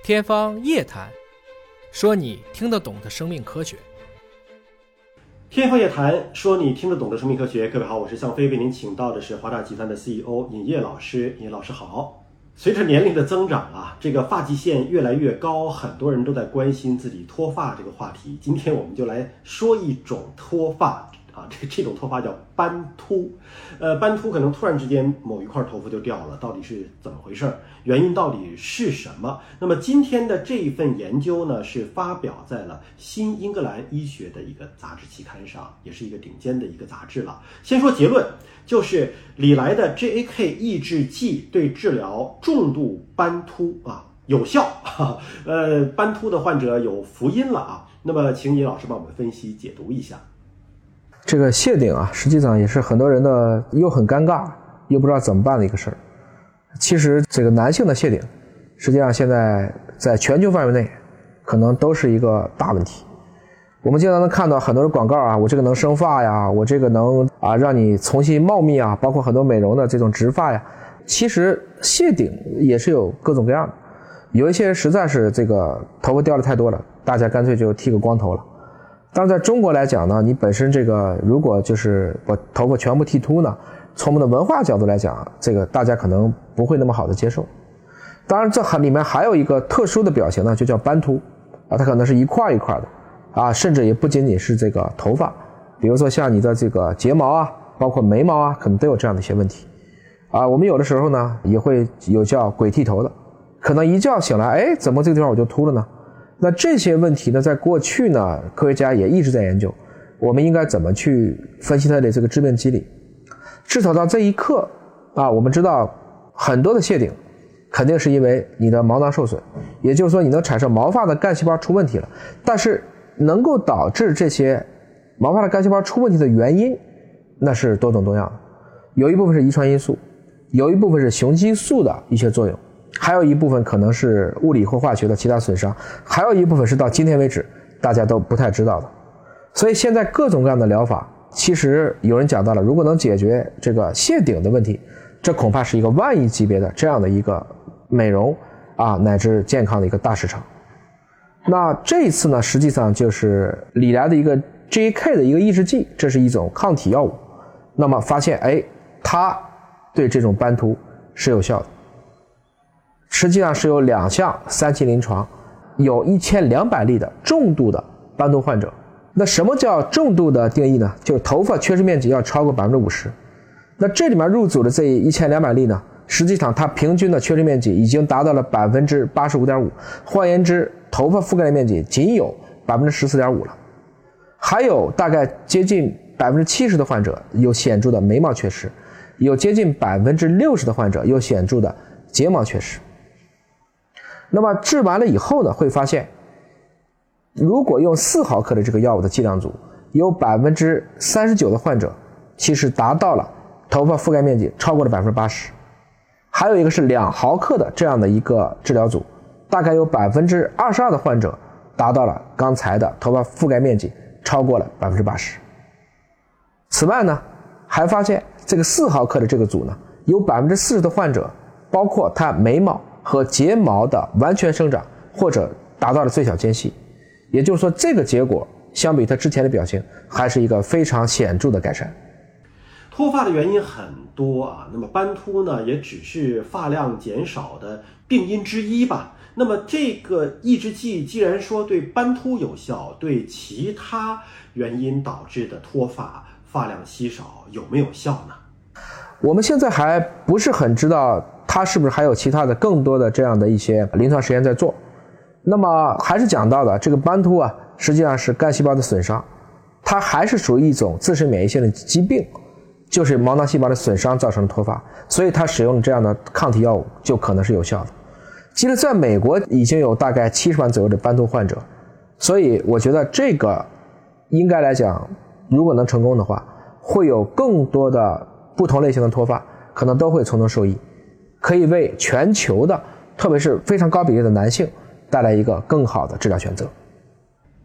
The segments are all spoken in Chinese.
天方夜谭，说你听得懂的生命科学。 天方夜谭，说你听得懂的生命科学。各位好，我是向飞，为您请到的是华大集团的 CEO 尹烨老师。尹老师好。随着年龄的增长啊，这个发际线越来越高，很多人都在关心自己脱发这个话题。今天我们就来说一种脱发啊，这种脱发叫斑秃。斑秃可能突然之间某一块头发就掉了，到底是怎么回事？原因到底是什么？那么今天的这一份研究呢，是发表在了新英格兰医学的一个杂志期刊上，也是一个顶尖的一个杂志了。先说结论，就是李来的 JAK 抑制剂对治疗重度斑秃有效。斑秃的患者有福音了啊。那么请尹老师帮我们分析解读一下。 这个谢顶啊，实际上也是很多人的又很尴尬又不知道怎么办的一个事儿。其实这个男性的谢顶，实际上现在在全球范围内可能都是一个大问题。我们经常能看到很多的广告啊，我这个能生发呀，我这个能让你重新茂密啊，包括很多美容的这种植发呀。其实谢顶也是有各种各样的，有一些人实在是这个头发掉的太多了，大家干脆就剃个光头了。当然在中国来讲呢，你本身这个如果就是把头发全部剃秃呢，从我们的文化角度来讲，这个大家可能不会那么好的接受。当然这里面还有一个特殊的表型呢，就叫斑秃啊，它可能是一块一块的啊，甚至也不仅仅是这个头发，比如说像你的这个睫毛啊，包括眉毛啊，可能都有这样的一些问题啊。我们有的时候呢也会有叫鬼剃头的，可能一觉醒来，怎么这个地方我就秃了呢？那这些问题呢，在过去呢，科学家也一直在研究，我们应该怎么去分析它的这个致病机理。至少到这一刻啊，我们知道很多的谢顶肯定是因为你的毛囊受损，也就是说你能产生毛发的干细胞出问题了。但是能够导致这些毛发的干细胞出问题的原因，那是多种多样的。有一部分是遗传因素，有一部分是雄激素的一些作用，还有一部分可能是物理或化学的其他损伤，还有一部分是到今天为止大家都不太知道的。所以现在各种各样的疗法，其实有人讲到了，如果能解决这个谢顶的问题，这恐怕是一个万亿级别的这样的一个美容乃至健康的一个大市场。那这一次呢，实际上就是李来的一个 JAK 的一个抑制剂，这是一种抗体药物。那么发现它对这种斑秃是有效的。实际上是有2项3期临床，有1200例的重度的斑秃患者。那什么叫重度的定义呢？就是头发缺失面积要超过 50%。那这里面入组的这1200例呢，实际上它平均的缺失面积已经达到了 85.5%， 换言之头发覆盖的面积仅有 14.5% 了。还有大概接近 70% 的患者有显著的眉毛缺失，有接近 60% 的患者有显著的睫毛缺失。那么治完了以后呢，会发现如果用4毫克的这个药物的剂量组，有 39% 的患者其实达到了头发覆盖面积超过了 80%。 还有一个是2毫克的这样的一个治疗组，大概有 22% 的患者达到了刚才的头发覆盖面积超过了 80%。 此外呢，还发现这个4毫克的这个组呢，有 40% 的患者包括他眉毛和睫毛的完全生长或者达到了最小间隙，也就是说这个结果相比他之前的表现还是一个非常显著的改善。 脱发的原因很多啊，那么斑秃呢也只是发量减少的病因之一吧。那么这个抑制剂既然说对斑秃有效，对其他原因导致的脱发、发量稀少有没有效呢？ 我们现在还不是很知道它是不是还有其他的更多的这样的一些临床实验在做。那么还是讲到的这个斑秃实际上是干细胞的损伤，它还是属于一种自身免疫性的疾病，就是毛囊细胞的损伤造成的脱发，所以它使用这样的抗体药物就可能是有效的。其实在美国已经有大概70万左右的斑秃患者，所以我觉得这个应该来讲，如果能成功的话，会有更多的不同类型的脱发可能都会从中受益，可以为全球的特别是非常高比例的男性带来一个更好的治疗选择。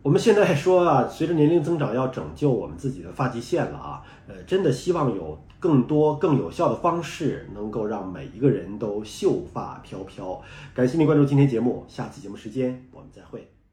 我们现在说啊，随着年龄增长要拯救我们自己的发际线了啊，真的希望有更多更有效的方式，能够让每一个人都秀发飘飘。感谢您关注今天节目，下期节目时间我们再会。